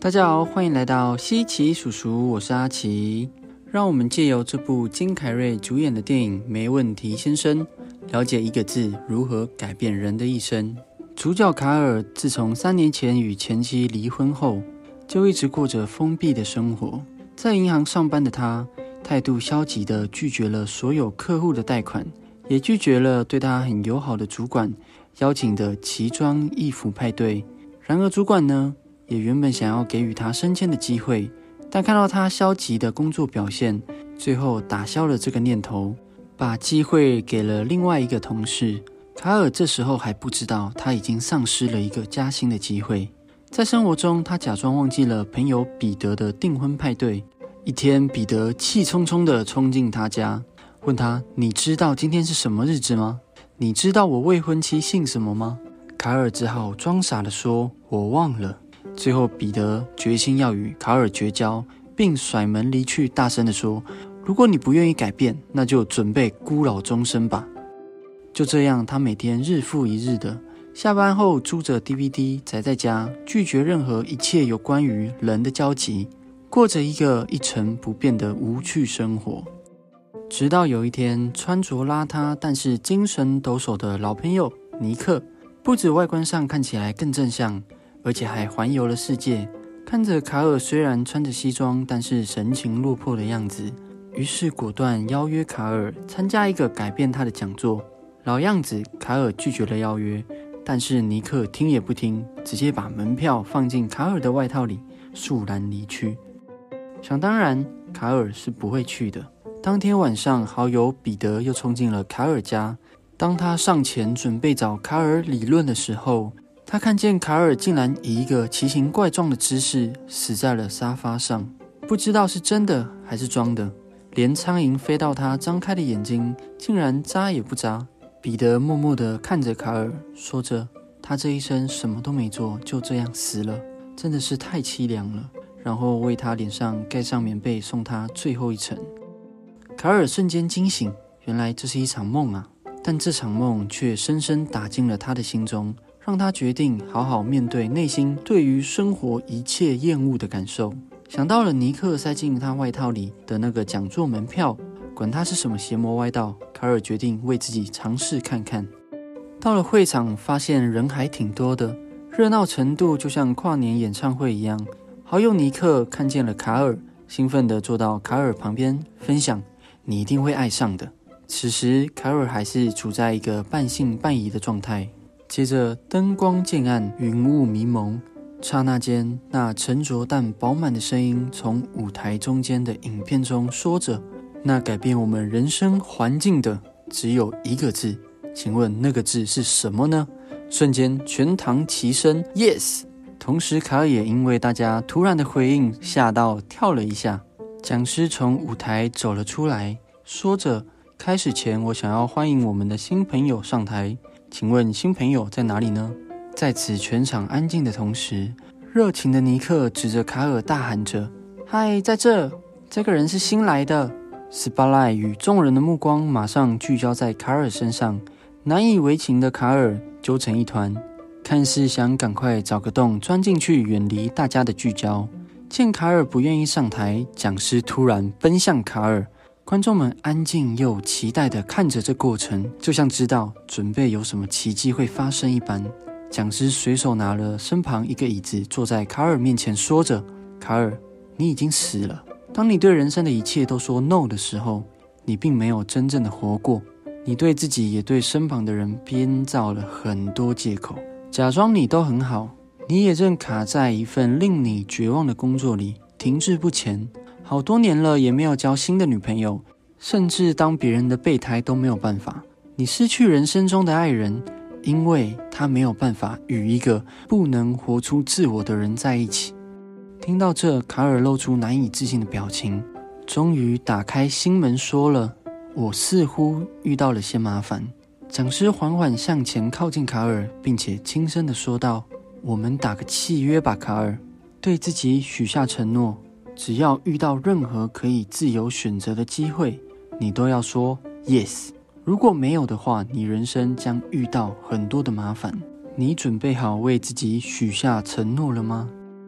大家好，欢迎来到西奇叔叔，我是阿奇。让我们借由这部金凯瑞主演的电影《没问题先生》，了解一个字如何改变人的一生。主角卡尔自从3年前与前妻离婚后，就一直过着封闭的生活。在银行上班的他，态度消极地拒绝了所有客户的贷款，也拒绝了对他很友好的主管邀请的奇装异服派对。然而主管呢，也原本想要给予他升迁的机会，但看到他消极的工作表现，最后打消了这个念头，把机会给了另外一个同事。卡尔这时候还不知道，他已经丧失了一个加薪的机会。在生活中，他假装忘记了朋友彼得的订婚派对。一天，彼得气冲冲地冲进他家，问他：你知道今天是什么日子吗？你知道我未婚妻姓什么吗？卡尔只好装傻地说：我忘了。最后彼得决心要与卡尔绝交，并甩门离去，大声地说：如果你不愿意改变，那就准备孤老终生吧。就这样，他每天日复一日的下班后租着 DVD 宅在家，拒绝任何一切有关于人的交集，过着一个一成不变的无趣生活。直到有一天，穿着邋遢但是精神抖擞的老朋友尼克，不止外观上看起来更正向，而且还环游了世界。看着卡尔虽然穿着西装，但是神情落魄的样子，于是果断邀约卡尔参加一个改变他的讲座。老样子，卡尔拒绝了邀约，但是尼克听也不听，直接把门票放进卡尔的外套里，肃然离去。想当然，卡尔是不会去的。当天晚上，好友彼得又冲进了卡尔家。当他上前准备找卡尔理论的时候，他看见卡尔竟然以一个奇形怪状的姿势死在了沙发上，不知道是真的还是装的，连苍蝇飞到他张开的眼睛竟然眨也不眨。彼得默默地看着卡尔，说着他这一生什么都没做，就这样死了，真的是太凄凉了，然后为他脸上盖上棉被，送他最后一程。卡尔瞬间惊醒，原来这是一场梦啊，但这场梦却深深打进了他的心中，让他决定好好面对内心对于生活一切厌恶的感受。想到了尼克塞进他外套里的那个讲座门票，管他是什么邪魔歪道，卡尔决定为自己尝试看看。到了会场，发现人还挺多的，热闹程度就像跨年演唱会一样。好友尼克看见了卡尔，兴奋地坐到卡尔旁边，分享：你一定会爱上的。此时卡尔还是处在一个半信半疑的状态。接着灯光渐暗，云雾迷蒙，刹那间，那沉着但饱满的声音从舞台中间的影片中说着：那改变我们人生环境的只有一个字，请问那个字是什么呢？瞬间全堂齐声 Yes。 同时卡尔也因为大家突然的回应吓到跳了一下。讲师从舞台走了出来，说着：开始前我想要欢迎我们的新朋友上台，请问新朋友在哪里呢？在此全场安静的同时，热情的尼克指着卡尔大喊着：嗨，在这，这个人是新来的。Spotlight 与众人的目光马上聚焦在卡尔身上，难以为情的卡尔揪成一团，看似想赶快找个洞钻进去，远离大家的聚焦。见卡尔不愿意上台，讲师突然奔向卡尔，观众们安静又期待地看着这过程，就像知道准备有什么奇迹会发生一般。讲师随手拿了身旁一个椅子，坐在卡尔面前，说着：卡尔，你已经死了。当你对人生的一切都说 no 的时候，你并没有真正的活过。你对自己也对身旁的人编造了很多借口，假装你都很好。你也正卡在一份令你绝望的工作里，停滞不前，好多年了也没有交新的女朋友，甚至当别人的备胎都没有办法。你失去人生中的爱人，因为他没有办法与一个不能活出自我的人在一起。听到这，卡尔露出难以置信的表情，终于打开心门说了：我似乎遇到了些麻烦。讲师缓缓向前靠近卡尔，并且轻声地说道：我们打个契约吧，卡尔，对自己许下承诺，只要遇到任何可以自由选择的机会，你都要说 yes。 如果没有的话，你人生将遇到很多的麻烦。你准备好为自己许下承诺了吗？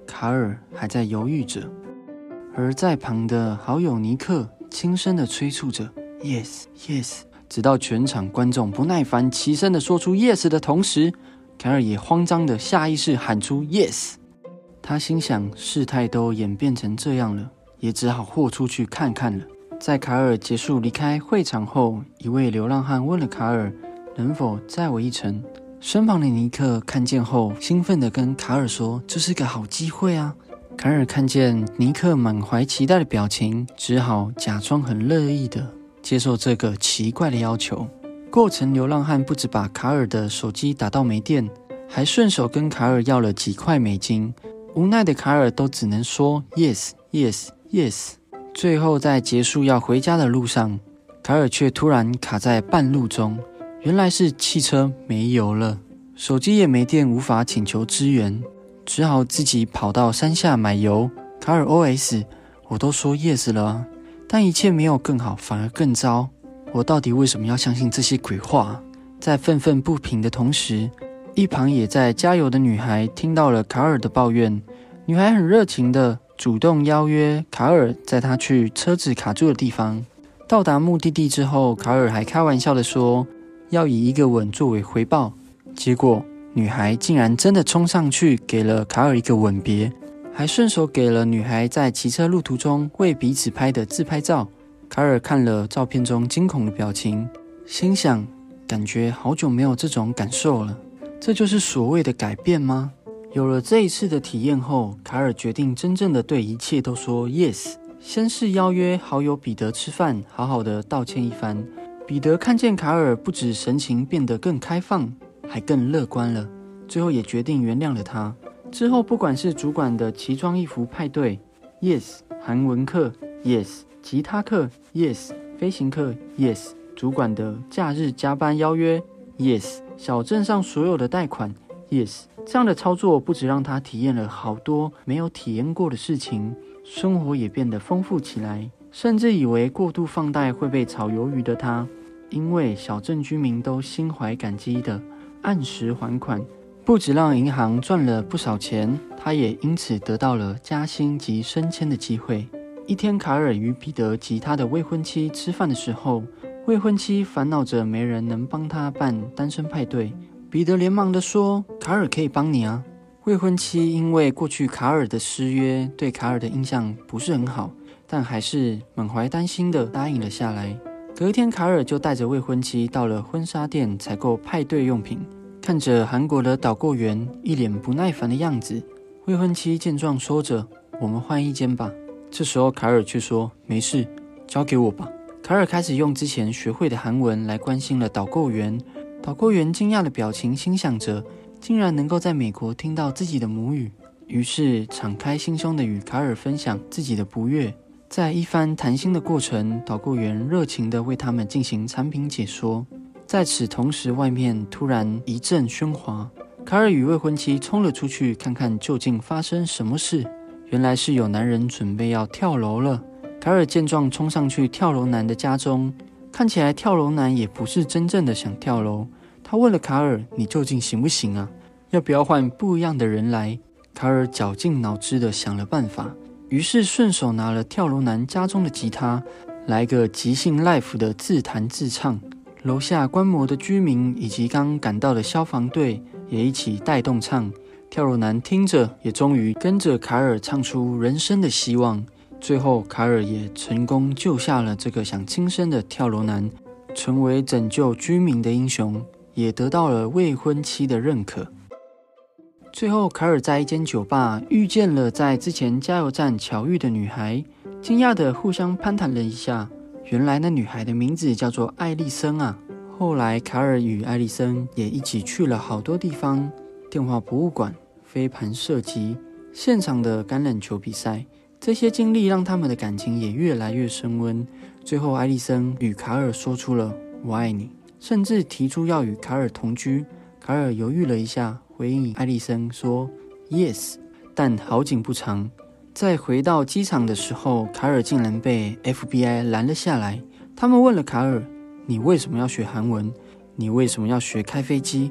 卡尔还在犹豫着，而在旁的好友尼克轻声地催促着 Yes, Yes， 直到全场观众不耐烦齐声地说出 Yes 的同时，卡尔也慌张地下意识喊出 Yes。 他心想事态都演变成这样了，也只好豁出去看看了。在卡尔结束离开会场后，一位流浪汉问了卡尔能否载我一程。身旁的尼克看见后兴奋地跟卡尔说，这是个好机会啊。卡尔看见尼克满怀期待的表情，只好假装很乐意地接受这个奇怪的要求。过程流浪汉不只把卡尔的手机打到没电，还顺手跟卡尔要了几块美金。无奈的卡尔都只能说 Yes, Yes, Yes。 最后在结束要回家的路上，卡尔却突然卡在半路中，原来是汽车没油了，手机也没电，无法请求支援，只好自己跑到山下买油。卡尔 OS， 我都说 Yes 了啊，但一切没有更好，反而更糟，我到底为什么要相信这些鬼话？在愤愤不平的同时，一旁也在加油的女孩听到了卡尔的抱怨，女孩很热情的主动邀约卡尔载她去车子卡住的地方。到达目的地之后，卡尔还开玩笑的说要以一个吻作为回报，结果女孩竟然真的冲上去给了卡尔一个吻别，还顺手给了女孩在骑车路途中为彼此拍的自拍照。卡尔看了照片中惊恐的表情，心想感觉好久没有这种感受了，这就是所谓的改变吗？有了这一次的体验后，卡尔决定真正的对一切都说 Yes。 先是邀约好友彼得吃饭，好好的道歉一番。彼得看见卡尔不止神情变得更开放，还更乐观了，最后也决定原谅了他。之后不管是主管的奇装异服派对 Yes， 韩文课 Yes， 吉他课 Yes， 飞行课 Yes， 主管的假日加班邀约 Yes， 小镇上所有的贷款 Yes。 这样的操作不只让他体验了好多没有体验过的事情，生活也变得丰富起来。甚至以为过度放贷会被炒鱿鱼的他，因为小镇居民都心怀感激的按时还款，不只让银行赚了不少钱，他也因此得到了加薪及升迁的机会。一天，卡尔与彼得及他的未婚妻吃饭的时候，未婚妻烦恼着没人能帮他办单身派对。彼得连忙地说，卡尔可以帮你啊。未婚妻因为过去卡尔的失约，对卡尔的印象不是很好，但还是满怀担心的答应了下来。隔天，卡尔就带着未婚妻到了婚纱店采购派对用品。看着韩国的导购员一脸不耐烦的样子，未婚妻见状说着，我们换一间吧。这时候卡尔却说，没事，交给我吧。卡尔开始用之前学会的韩文来关心了导购员。导购员惊讶的表情，心想着竟然能够在美国听到自己的母语，于是敞开心胸的与卡尔分享自己的不悦。在一番谈心的过程，导购员热情地为他们进行产品解说。在此同时，外面突然一阵喧哗，卡尔与未婚妻冲了出去，看看究竟发生什么事。原来是有男人准备要跳楼了。卡尔见状冲上去跳楼男的家中，看起来跳楼男也不是真正的想跳楼。他问了卡尔，你究竟行不行啊？要不要换不一样的人来？卡尔绞尽脑汁地想了办法，于是顺手拿了跳楼男家中的吉他，来个即兴 live 的自弹自唱。楼下观摩的居民以及刚赶到的消防队也一起带动唱。跳楼男听着，也终于跟着卡尔唱出人生的希望。最后，卡尔也成功救下了这个想轻生的跳楼男，成为拯救居民的英雄，也得到了未婚妻的认可。最后，卡尔在一间酒吧遇见了在之前加油站巧遇的女孩，惊讶的互相攀谈了一下。原来那女孩的名字叫做艾丽森啊。后来，卡尔与艾丽森也一起去了好多地方，电话博物馆、飞盘射击、现场的橄榄球比赛。这些经历让他们的感情也越来越升温。最后，艾丽森与卡尔说出了我爱你，甚至提出要与卡尔同居。卡尔犹豫了一下，回应艾丽森说 Yes。 但好景不长，在回到机场的时候，卡尔竟然被 FBI 拦了下来。他们问了卡尔，你为什么要学韩文？你为什么要学开飞机？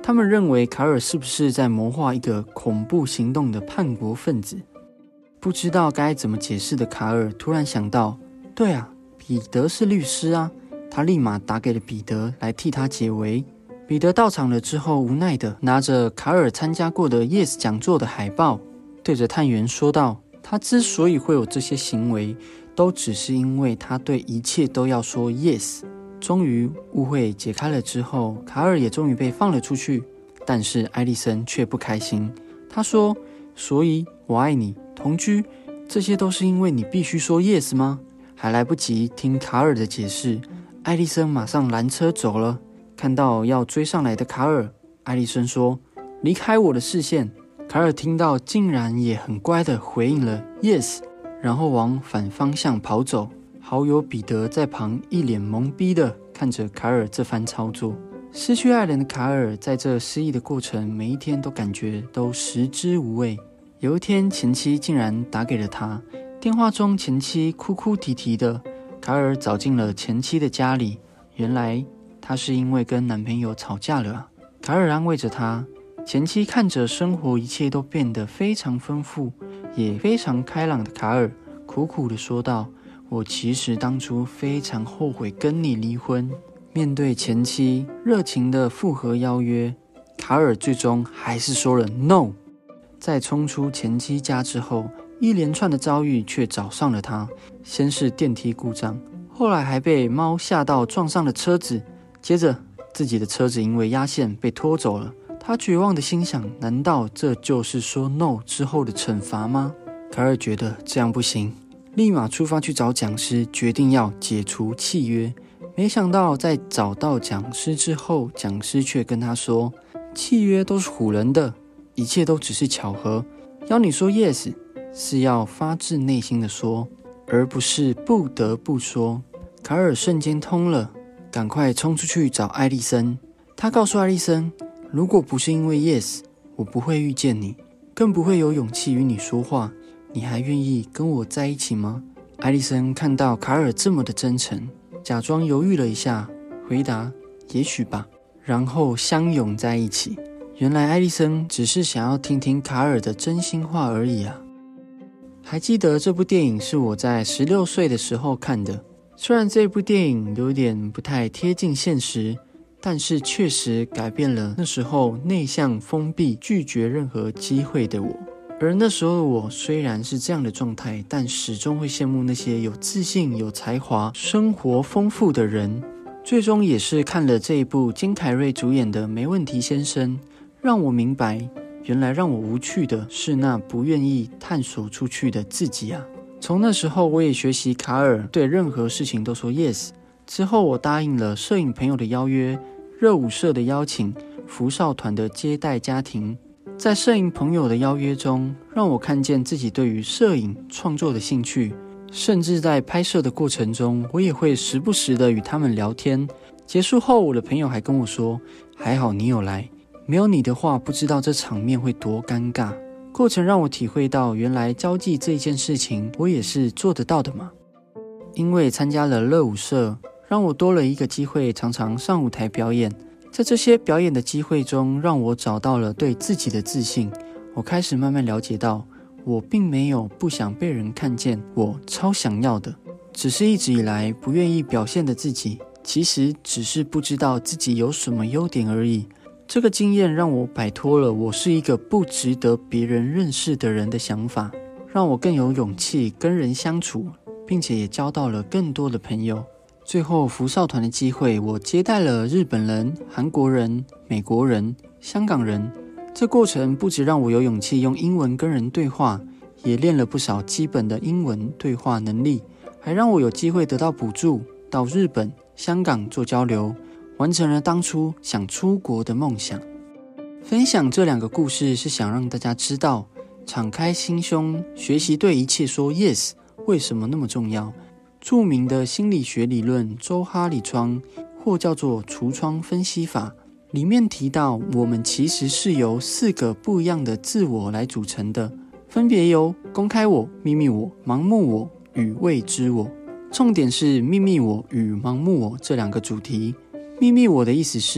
他们认为卡尔是不是在谋划一个恐怖行动的叛国分子。不知道该怎么解释的卡尔突然想到，对啊，彼得是律师啊，他立马打给了彼得来替他解围。彼得到场了之后，无奈的拿着卡尔参加过的 Yes 讲座的海报，对着探员说道，他之所以会有这些行为，都只是因为他对一切都要说 Yes。 终于误会解开了之后，卡尔也终于被放了出去，但是艾莉森却不开心。他说，所以我爱你，同居，这些都是因为你必须说 Yes 吗？还来不及听卡尔的解释，艾莉森马上拦车走了。看到要追上来的卡尔，艾莉森说，离开我的视线。卡尔听到竟然也很乖的回应了 Yes， 然后往反方向跑走。好友彼得在旁一脸懵逼的看着卡尔这番操作。失去爱人的卡尔在这失忆的过程，每一天都感觉都食之无味。有一天，前妻竟然打给了他，电话中前妻哭哭啼啼的，卡尔找进了前妻的家里，原来她是因为跟男朋友吵架了啊。卡尔安慰着她，前妻看着生活一切都变得非常丰富，也非常开朗的卡尔，苦苦地说道，我其实当初非常后悔跟你离婚。面对前妻热情的复合邀约，卡尔最终还是说了 No。 在冲出前妻家之后，一连串的遭遇却找上了他，先是电梯故障，后来还被猫吓到撞上了车子，接着自己的车子因为压线被拖走了。他绝望的心想，难道这就是说 No 之后的惩罚吗？卡尔觉得这样不行，立马出发去找讲师，决定要解除契约。没想到在找到讲师之后，讲师却跟他说，契约都是唬人的，一切都只是巧合，要你说 Yes 是要发自内心的说，而不是不得不说。卡尔瞬间通了，赶快冲出去找艾莉森。他告诉艾莉森，如果不是因为 Yes， 我不会遇见你，更不会有勇气与你说话，你还愿意跟我在一起吗？艾莉森看到卡尔这么的真诚，假装犹豫了一下，回答也许吧，然后相拥在一起。原来艾莉森只是想要听听卡尔的真心话而已啊。还记得这部电影是我在16岁的时候看的，虽然这部电影有点不太贴近现实，但是确实改变了那时候内向封闭拒绝任何机会的我。而那时候的我虽然是这样的状态，但始终会羡慕那些有自信、有才华、生活丰富的人。最终也是看了这一部金凯瑞主演的《没问题先生》，让我明白，原来让我无趣的是那不愿意探索出去的自己啊。从那时候我也学习卡尔对任何事情都说 Yes。 之后我答应了摄影朋友的邀约、热舞社的邀请、福少团的接待家庭。在摄影朋友的邀约中，让我看见自己对于摄影创作的兴趣，甚至在拍摄的过程中，我也会时不时的与他们聊天。结束后，我的朋友还跟我说，还好你有来，没有你的话，不知道这场面会多尴尬。过程让我体会到，原来交际这件事情，我也是做得到的嘛。因为参加了热舞社，让我多了一个机会，常常上舞台表演。在这些表演的机会中，让我找到了对自己的自信。我开始慢慢了解到，我并没有不想被人看见，我超想要的，只是一直以来不愿意表现的自己，其实只是不知道自己有什么优点而已。这个经验让我摆脱了我是一个不值得别人认识的人的想法，让我更有勇气跟人相处，并且也交到了更多的朋友。最后福少团的机会，我接待了日本人、韩国人、美国人、香港人。这过程不只让我有勇气用英文跟人对话，也练了不少基本的英文对话能力，还让我有机会得到补助，到日本、香港做交流，完成了当初想出国的梦想。分享这2个故事是想让大家知道，敞开心胸，学习对一切说 Yes 为什么那么重要。著名的心理学理论周哈里窗，或叫做橱窗分析法，里面提到我们其实是由4个不一样的自我来组成的，分别由公开我、秘密我、盲目我与未知我。重点是秘密我与盲目我这2个主题。秘密我的意思是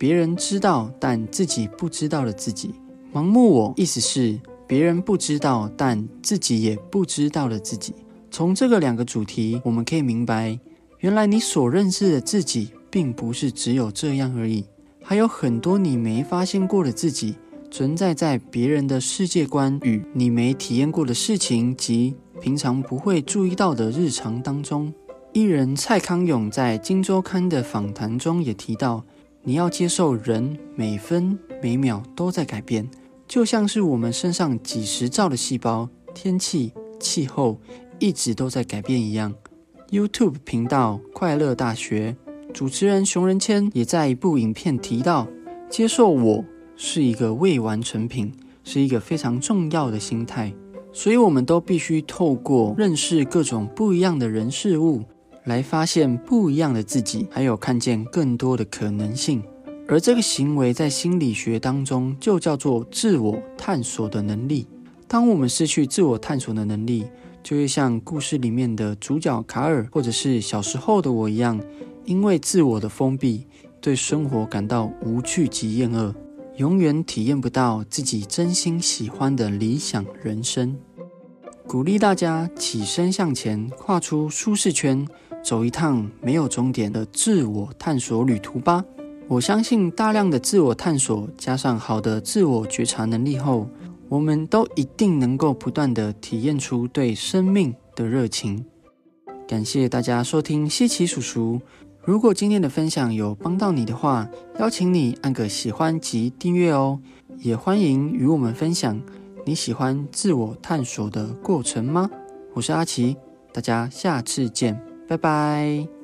别人知道但自己不知道的自己。盲目我意思是别人不知道但自己也不知道的自己。从这个2个主题，我们可以明白，原来你所认识的自己并不是只有这样而已，还有很多你没发现过的自己存在在别人的世界观与你没体验过的事情及平常不会注意到的日常当中。艺人蔡康永在《今周刊》的访谈中也提到，你要接受人每分每秒都在改变，就像是我们身上几十兆的细胞，天气、气候一直都在改变一样。YouTube 频道快乐大学主持人熊仁谦也在一部影片提到，接受我是一个未完成品，是一个非常重要的心态。所以我们都必须透过认识各种不一样的人事物，来发现不一样的自己，还有看见更多的可能性。而这个行为在心理学当中就叫做自我探索的能力。当我们失去自我探索的能力，就会像故事里面的主角卡尔，或者是小时候的我一样，因为自我的封闭，对生活感到无趣及厌恶，永远体验不到自己真心喜欢的理想人生。鼓励大家起身向前，跨出舒适圈，走一趟没有终点的自我探索旅途吧。我相信大量的自我探索加上好的自我觉察能力后，我们都一定能够不断地体验出对生命的热情。感谢大家收听西奇叔叔。如果今天的分享有帮到你的话，邀请你按个喜欢及订阅哦。也欢迎与我们分享你喜欢自我探索的过程吗？我是阿奇，大家下次见，拜拜。